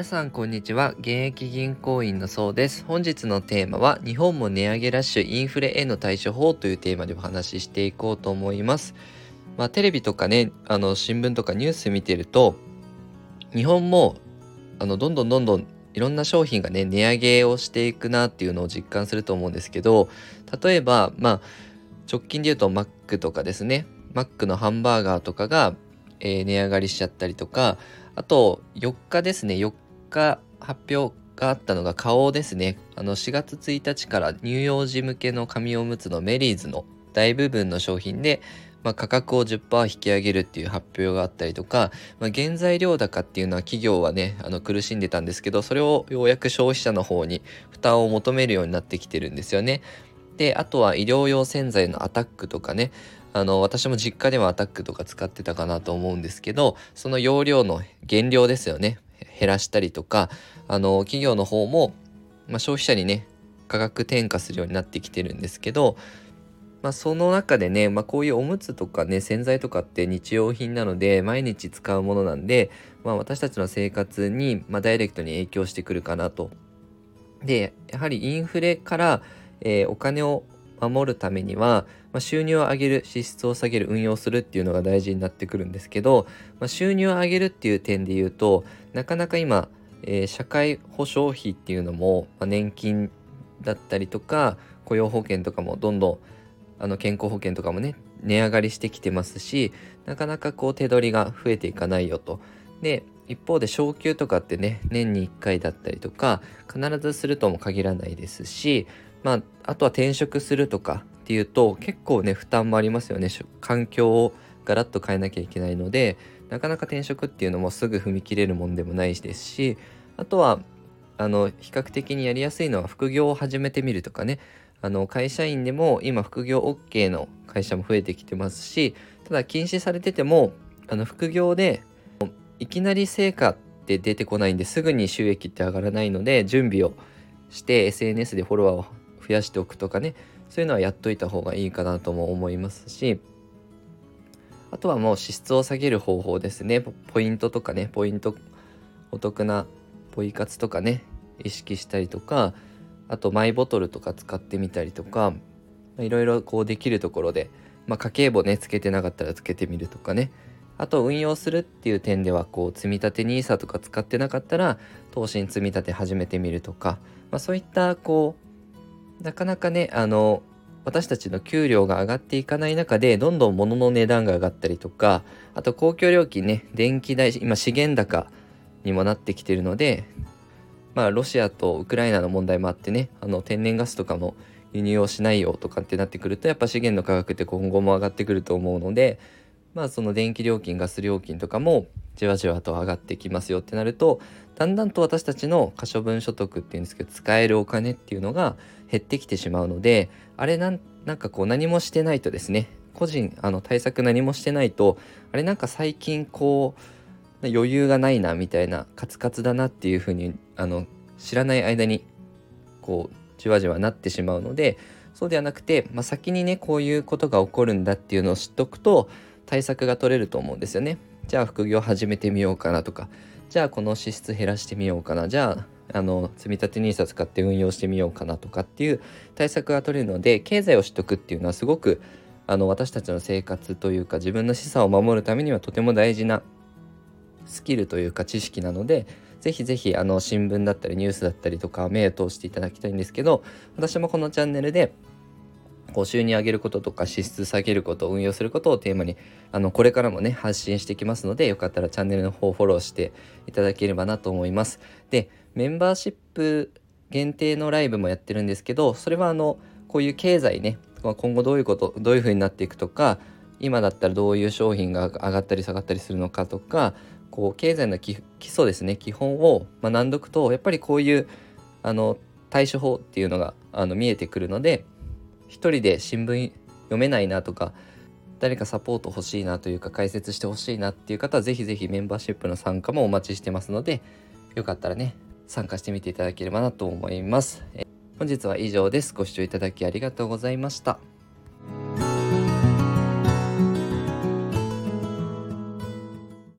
皆さんこんにちは。現役銀行員のそうです。本日のテーマは日本も値上げラッシュインフレへの対処法というテーマでお話ししていこうと思います。テレビとかね、新聞とかニュース見てると、日本もどんどんいろんな商品がね値上げをしていくなっていうのを実感すると思うんですけど、例えば直近で言うとマックとかですね、マックのハンバーガーとかが、値上がりしちゃったりとか、あと4日ですね、4日発表があったのが花王ですね。4月1日から乳幼児向けの紙おむつのメリーズの大部分の商品で、価格を 10% 引き上げるっていう発表があったりとか、原材料高っていうのは企業はね苦しんでたんですけど、それをようやく消費者の方に負担を求めるようになってきてるんですよね。で、あとは医療用洗剤のアタックとかね、私も実家ではアタックとか使ってたかなと思うんですけど、その容量の減量ですよね、減らしたりとか、企業の方も、消費者にね価格転嫁するようになってきてるんですけど、その中でね、こういうおむつとかね洗剤とかって日用品なので毎日使うものなんで、私たちの生活に、ダイレクトに影響してくるかなと。で、やはりインフレから、お金を守るためには、収入を上げる、支出を下げる、運用するっていうのが大事になってくるんですけど、収入を上げるっていう点で言うと、なかなか今、社会保障費っていうのも、年金だったりとか雇用保険とかもどんどん健康保険とかもね値上がりしてきてますし、なかなか手取りが増えていかないよと。で、一方で昇給とかってね年に1回だったりとか必ずするとも限らないですし、あとは転職するとかっていうと結構ね負担もありますよね。環境をガラッと変えなきゃいけないので、なかなか転職っていうのもすぐ踏み切れるもんでもないですし、あとは比較的にやりやすいのは副業を始めてみるとかね。会社員でも今副業 OK の会社も増えてきてますし、ただ禁止されてても副業でいきなり成果って出てこないんで、すぐに収益って上がらないので、準備をして SNS でフォロワーを増やしておくとかね、そういうのはやっといた方がいいかなとも思いますし、あとはもう支出を下げる方法ですね。ポイントとかね、ポイントお得なポイ活とかね意識したりとか、あとマイボトルとか使ってみたりとか、いろいろできるところで、家計簿ねつけてなかったらつけてみるとかね。あと運用するっていう点では積み立て NISA とか使ってなかったら投資に積み立て始めてみるとか、そういったなかなかね私たちの給料が上がっていかない中でどんどん物の値段が上がったりとか、あと公共料金ね、電気代、今資源高にもなってきているので、ロシアとウクライナの問題もあってね、天然ガスとかも輸入をしないよとかってなってくると、やっぱ資源の価格って今後も上がってくると思うので、その電気料金、ガス料金とかもじわじわと上がってきますよってなると、だんだんと私たちの可処分所得っていうんですけど、使えるお金っていうのが減ってきてしまうので、あれなんか何もしてないとですね、個人対策何もしてないと、あれ最近余裕がないなみたいな、カツカツだなっていう風に知らない間にじわじわなってしまうので、そうではなくて、先にねこういうことが起こるんだっていうのを知っておくと対策が取れると思うんですよね。じゃあ副業始めてみようかなとか、じゃあこの支出減らしてみようかな、じゃあ積み立て NISA 使って運用してみようかなとかっていう対策が取れるので、経済を知っておくっていうのはすごく私たちの生活というか自分の資産を守るためにはとても大事なスキルというか知識なので、ぜひぜひ新聞だったりニュースだったりとか目を通していただきたいんですけど、私もこのチャンネルで収入上げることとか支出下げること、運用することをテーマにこれからもね発信していきますので、よかったらチャンネルの方フォローしていただければなと思います。で、メンバーシップ限定のライブもやってるんですけど、それはこういう経済ね、今後どういう風になっていくとか、今だったらどういう商品が上がったり下がったりするのかとか、経済の基礎ですね、基本を学んどくと、やっぱりこういう対処法っていうのが見えてくるので、一人で新聞読めないなとか、誰かサポート欲しいなというか解説してほしいなっていう方はぜひぜひメンバーシップの参加もお待ちしてますので、よかったらね参加してみていただければなと思います。本日は以上です。ご視聴いただきありがとうございました。